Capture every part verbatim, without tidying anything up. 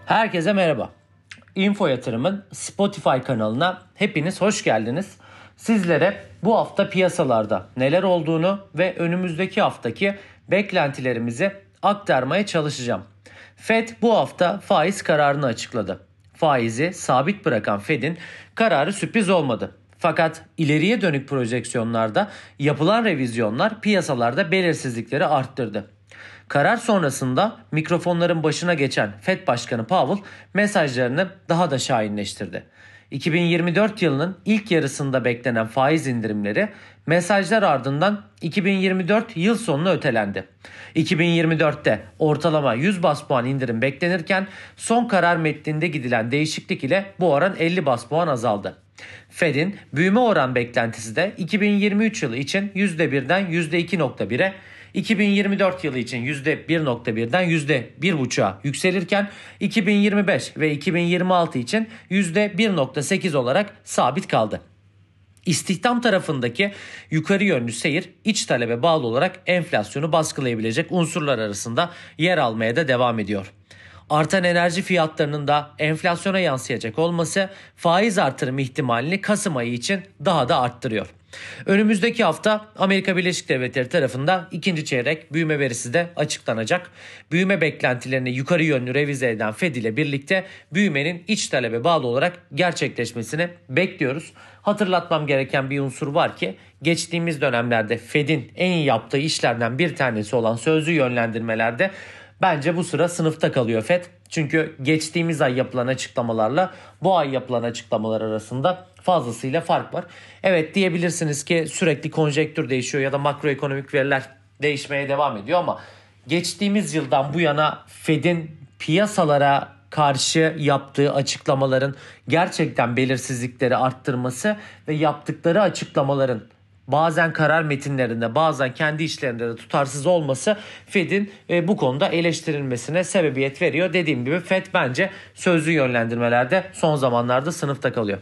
Herkese merhaba. Info Yatırım'ın Spotify kanalına hepiniz hoş geldiniz. Sizlere bu hafta piyasalarda neler olduğunu ve önümüzdeki haftaki beklentilerimizi aktarmaya çalışacağım. Fed bu hafta faiz kararını açıkladı. Faizi sabit bırakan Fed'in kararı sürpriz olmadı. Fakat ileriye dönük projeksiyonlarda yapılan revizyonlar piyasalarda belirsizlikleri arttırdı. Karar sonrasında mikrofonların başına geçen Fed Başkanı Powell mesajlarını daha da şahinleştirdi. iki bin yirmi dört yılının ilk yarısında beklenen faiz indirimleri mesajlar ardından iki bin yirmi dört yıl sonuna ötelendi. iki bin yirmi dörtte ortalama yüz bas puan indirim beklenirken son karar metninde gidilen değişiklik ile bu oran elli bas puan azaldı. Fed'in büyüme oran beklentisi de iki bin yirmi üç yılı için yüzde birden yüzde iki nokta bire, iki bin yirmi dört yılı için yüzde bir nokta birden yüzde bir buçuğa yükselirken iki bin yirmi beş ve iki bin yirmi altı için yüzde bir nokta sekiz olarak sabit kaldı. İstihdam tarafındaki yukarı yönlü seyir iç talebe bağlı olarak enflasyonu baskılayabilecek unsurlar arasında yer almaya da devam ediyor. Artan enerji fiyatlarının da enflasyona yansıyacak olması faiz artırım ihtimalini Kasım ayı için daha da arttırıyor. Önümüzdeki hafta Amerika Birleşik Devletleri tarafından ikinci çeyrek büyüme verisi de açıklanacak. Büyüme beklentilerini yukarı yönlü revize eden Fed ile birlikte büyümenin iç talebe bağlı olarak gerçekleşmesini bekliyoruz. Hatırlatmam gereken bir unsur var ki geçtiğimiz dönemlerde Fed'in en iyi yaptığı işlerden bir tanesi olan sözlü yönlendirmelerde bence bu sıra sınıfta kalıyor Fed. Çünkü geçtiğimiz ay yapılan açıklamalarla bu ay yapılan açıklamalar arasında fazlasıyla fark var. Evet, diyebilirsiniz ki sürekli konjektür değişiyor ya da makroekonomik veriler değişmeye devam ediyor ama geçtiğimiz yıldan bu yana Fed'in piyasalara karşı yaptığı açıklamaların gerçekten belirsizlikleri arttırması ve yaptıkları açıklamaların bazen karar metinlerinde bazen kendi işlerinde de tutarsız olması Fed'in e, bu konuda eleştirilmesine sebebiyet veriyor. Dediğim gibi Fed bence sözlü yönlendirmelerde son zamanlarda sınıfta kalıyor.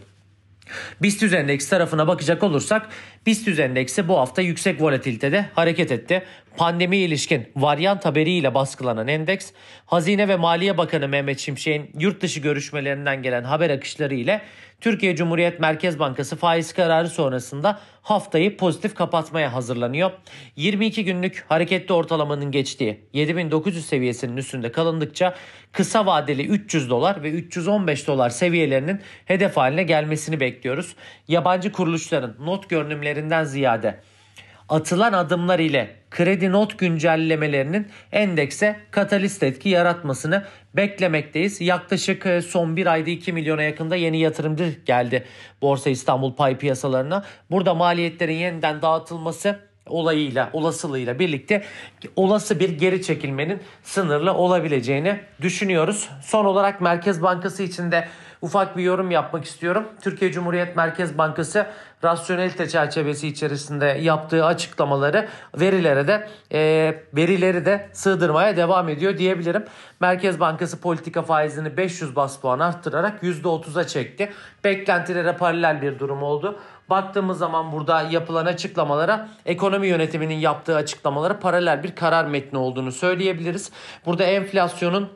BIST endeksi tarafına bakacak olursak BIST endeksi bu hafta yüksek volatilitede hareket etti. Pandemiye ilişkin varyant haberiyle baskılanan endeks, Hazine ve Maliye Bakanı Mehmet Şimşek'in yurt dışı görüşmelerinden gelen haber akışları ile Türkiye Cumhuriyet Merkez Bankası faiz kararı sonrasında haftayı pozitif kapatmaya hazırlanıyor. yirmi iki günlük hareketli ortalamanın geçtiği yedi bin dokuz yüz seviyesinin üstünde kalındıkça kısa vadeli üç yüz dolar ve üç yüz on beş dolar seviyelerinin hedef haline gelmesini bekliyoruz. Yabancı kuruluşların not görünümlerinden ziyade atılan adımlar ile kredi not güncellemelerinin endekse katalist etki yaratmasını beklemekteyiz. Yaklaşık son bir ayda iki milyona yakında yeni yatırımcı geldi Borsa İstanbul pay piyasalarına. Burada maliyetlerin yeniden dağıtılması olayıyla, olasılığıyla birlikte olası bir geri çekilmenin sınırlı olabileceğini düşünüyoruz. Son olarak Merkez Bankası için de ufak bir yorum yapmak istiyorum. Türkiye Cumhuriyet Merkez Bankası rasyonelite çerçevesi içerisinde yaptığı açıklamaları verilere de e, verileri de sığdırmaya devam ediyor diyebilirim. Merkez Bankası politika faizini beş yüz bas puan arttırarak yüzde otuza çekti. Beklentilere paralel bir durum oldu. Baktığımız zaman burada yapılan açıklamalara ekonomi yönetiminin yaptığı açıklamalara paralel bir karar metni olduğunu söyleyebiliriz. Burada enflasyonun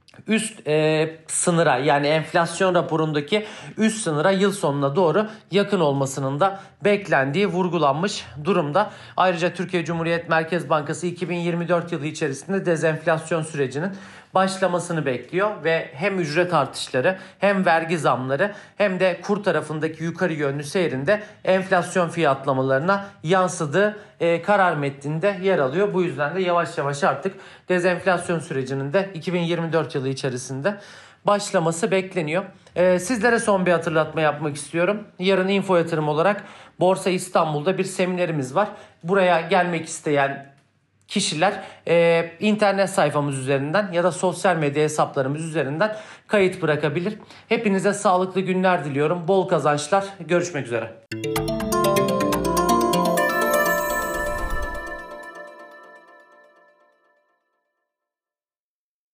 üst e, sınıra, yani enflasyon raporundaki üst sınıra yıl sonuna doğru yakın olmasının da beklendiği vurgulanmış durumda. Ayrıca Türkiye Cumhuriyet Merkez Bankası iki bin yirmi dört yılı içerisinde dezenflasyon sürecinin başlamasını bekliyor ve hem ücret artışları hem vergi zamları hem de kur tarafındaki yukarı yönlü seyrinde enflasyon fiyatlamalarına yansıdığı e, karar metninde yer alıyor. Bu yüzden de yavaş yavaş artık dezenflasyon sürecinin de iki bin yirmi dört yılı içerisinde başlaması bekleniyor. E, sizlere son bir hatırlatma yapmak istiyorum. Yarın Info Yatırım olarak Borsa İstanbul'da bir seminerimiz var. Buraya gelmek isteyen kişiler e, internet sayfamız üzerinden ya da sosyal medya hesaplarımız üzerinden kayıt bırakabilir. Hepinize sağlıklı günler diliyorum. Bol kazançlar. Görüşmek üzere.